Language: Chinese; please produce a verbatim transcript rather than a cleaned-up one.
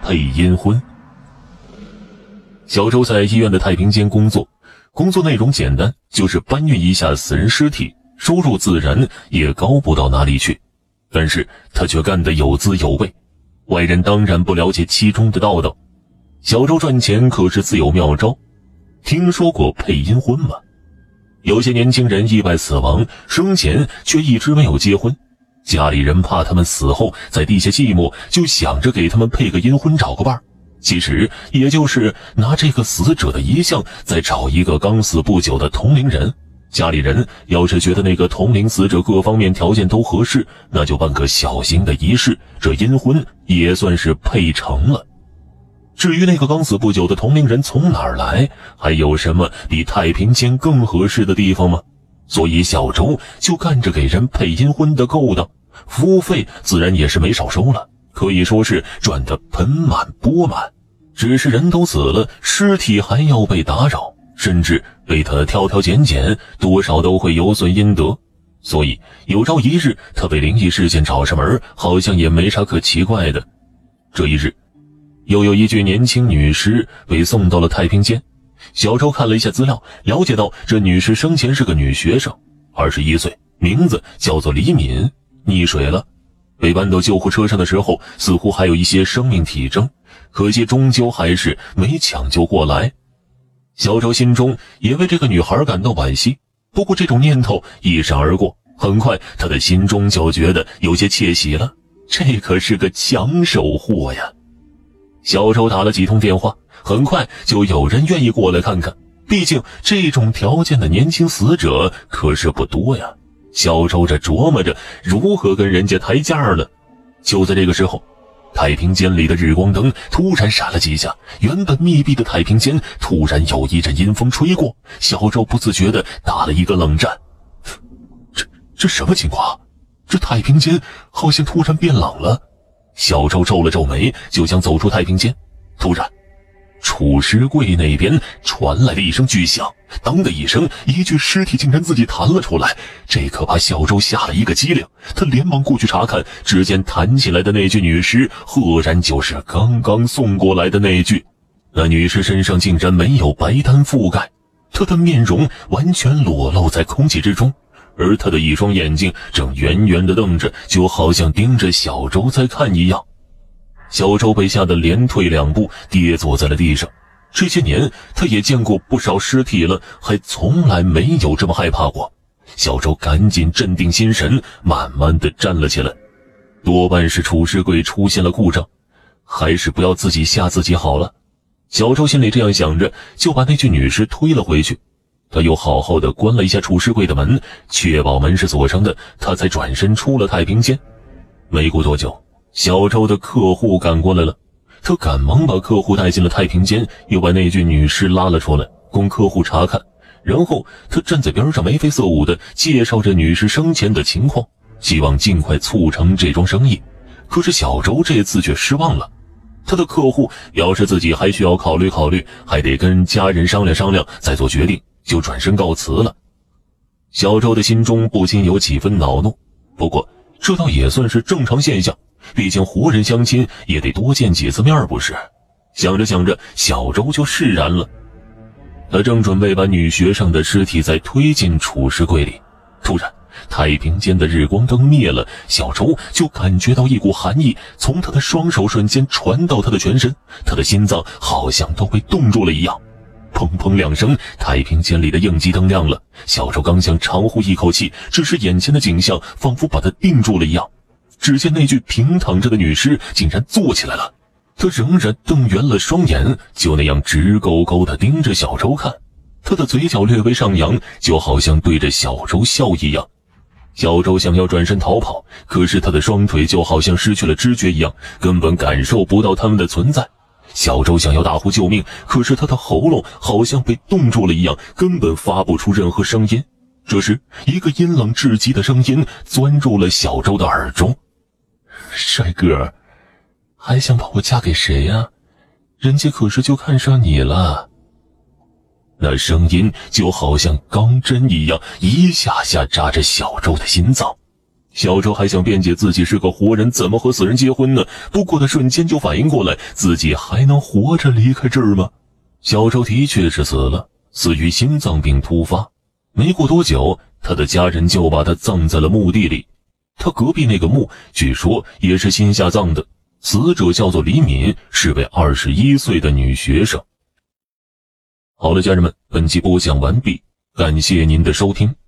配阴婚。小周在医院的太平间工作，工作内容简单，就是搬运一下死人尸体，收入自然也高不到哪里去，但是他却干得有滋有味，外人当然不了解其中的道道。小周赚钱可是自有妙招，听说过配阴婚吗？有些年轻人意外死亡，生前却一直没有结婚，家里人怕他们死后在地下寂寞，就想着给他们配个阴婚找个伴儿，其实也就是拿这个死者的遗像再找一个刚死不久的同龄人。家里人要是觉得那个同龄死者各方面条件都合适，那就办个小型的仪式，这阴婚也算是配成了。至于那个刚死不久的同龄人从哪儿来，还有什么比太平间更合适的地方吗？所以小周就干着给人配阴婚的勾当，服务费自然也是没少收了，可以说是赚得盆满钵满。只是人都死了，尸体还要被打扰，甚至被他挑挑拣拣，多少都会有损阴德。所以有朝一日他被灵异事件找上门，好像也没啥可奇怪的。这一日又有一具年轻女尸被送到了太平间。小周看了一下资料，了解到这女尸生前是个女学生，二十一岁，名字叫做李敏，溺水了。被搬到救护车上的时候，似乎还有一些生命体征，可惜终究还是没抢救过来。小周心中也为这个女孩感到惋惜，不过这种念头一闪而过，很快他的心中就觉得有些窃喜了，这可是个抢手货呀。小周打了几通电话，很快就有人愿意过来看看，毕竟这种条件的年轻死者可是不多呀。小周这琢磨着如何跟人家抬价了。就在这个时候，太平间里的日光灯突然闪了几下，原本密闭的太平间突然有一阵阴风吹过，小周不自觉地打了一个冷战。这这什么情况？这太平间好像突然变冷了。小周皱了皱眉，就想走出太平间，突然储尸柜那边传来了一声巨响，当的一声，一具尸体竟然自己弹了出来，这可把小周吓了一个激灵。他连忙过去查看，只见弹起来的那具女尸赫然就是刚刚送过来的那具。那女尸身上竟然没有白单覆盖，她的面容完全裸露在空气之中，而她的一双眼睛正圆圆地瞪着，就好像盯着小周在看一样。小周被吓得连退两步，跌坐在了地上。这些年他也见过不少尸体了，还从来没有这么害怕过。小周赶紧镇定心神，慢慢地站了起来。多半是储尸柜出现了故障，还是不要自己吓自己好了。小周心里这样想着，就把那具女尸推了回去。他又好好的关了一下储尸柜的门，确保门是锁上的，他才转身出了太平间。没过多久，小周的客户赶过来了，他赶忙把客户带进了太平间，又把那具女尸拉了出来供客户查看，然后他站在边上眉飞色舞地介绍着女尸生前的情况，希望尽快促成这桩生意。可是小周这次却失望了，他的客户表示自己还需要考虑考虑，还得跟家人商量商量再做决定，就转身告辞了。小周的心中不禁有几分恼怒，不过这倒也算是正常现象，毕竟活人相亲也得多见几次面不是？想着想着，小周就释然了。他正准备把女学生的尸体再推进储尸柜里，突然太平间的日光灯灭了，小周就感觉到一股寒意从他的双手瞬间传到他的全身，他的心脏好像都被冻住了一样。砰砰两声，太平间里的应急灯亮了。小周刚想长呼一口气，只是眼前的景象仿佛把他定住了一样。只见那具平躺着的女尸竟然坐起来了，她仍然瞪圆了双眼，就那样直勾勾地盯着小周看。她的嘴角略微上扬，就好像对着小周笑一样。小周想要转身逃跑，可是他的双腿就好像失去了知觉一样，根本感受不到他们的存在。小周想要大呼救命，可是他的喉咙好像被冻住了一样，根本发不出任何声音。这时一个阴冷至极的声音钻入了小周的耳中：帅哥，还想把我嫁给谁呀？人家可是就看上你了。那声音就好像钢针一样，一下下扎着小周的心脏。 小周还想辩解自己是个活人，怎么和死人结婚呢？不过他瞬间就反应过来，自己还能活着离开这儿吗？小周的确是死了，死于心脏病突发。没过多久，他的家人就把他葬在了墓地里。他隔壁那个墓据说也是新下葬的，死者叫做李敏，是位二十一岁的女学生。好了，家人们，本期播讲完毕，感谢您的收听。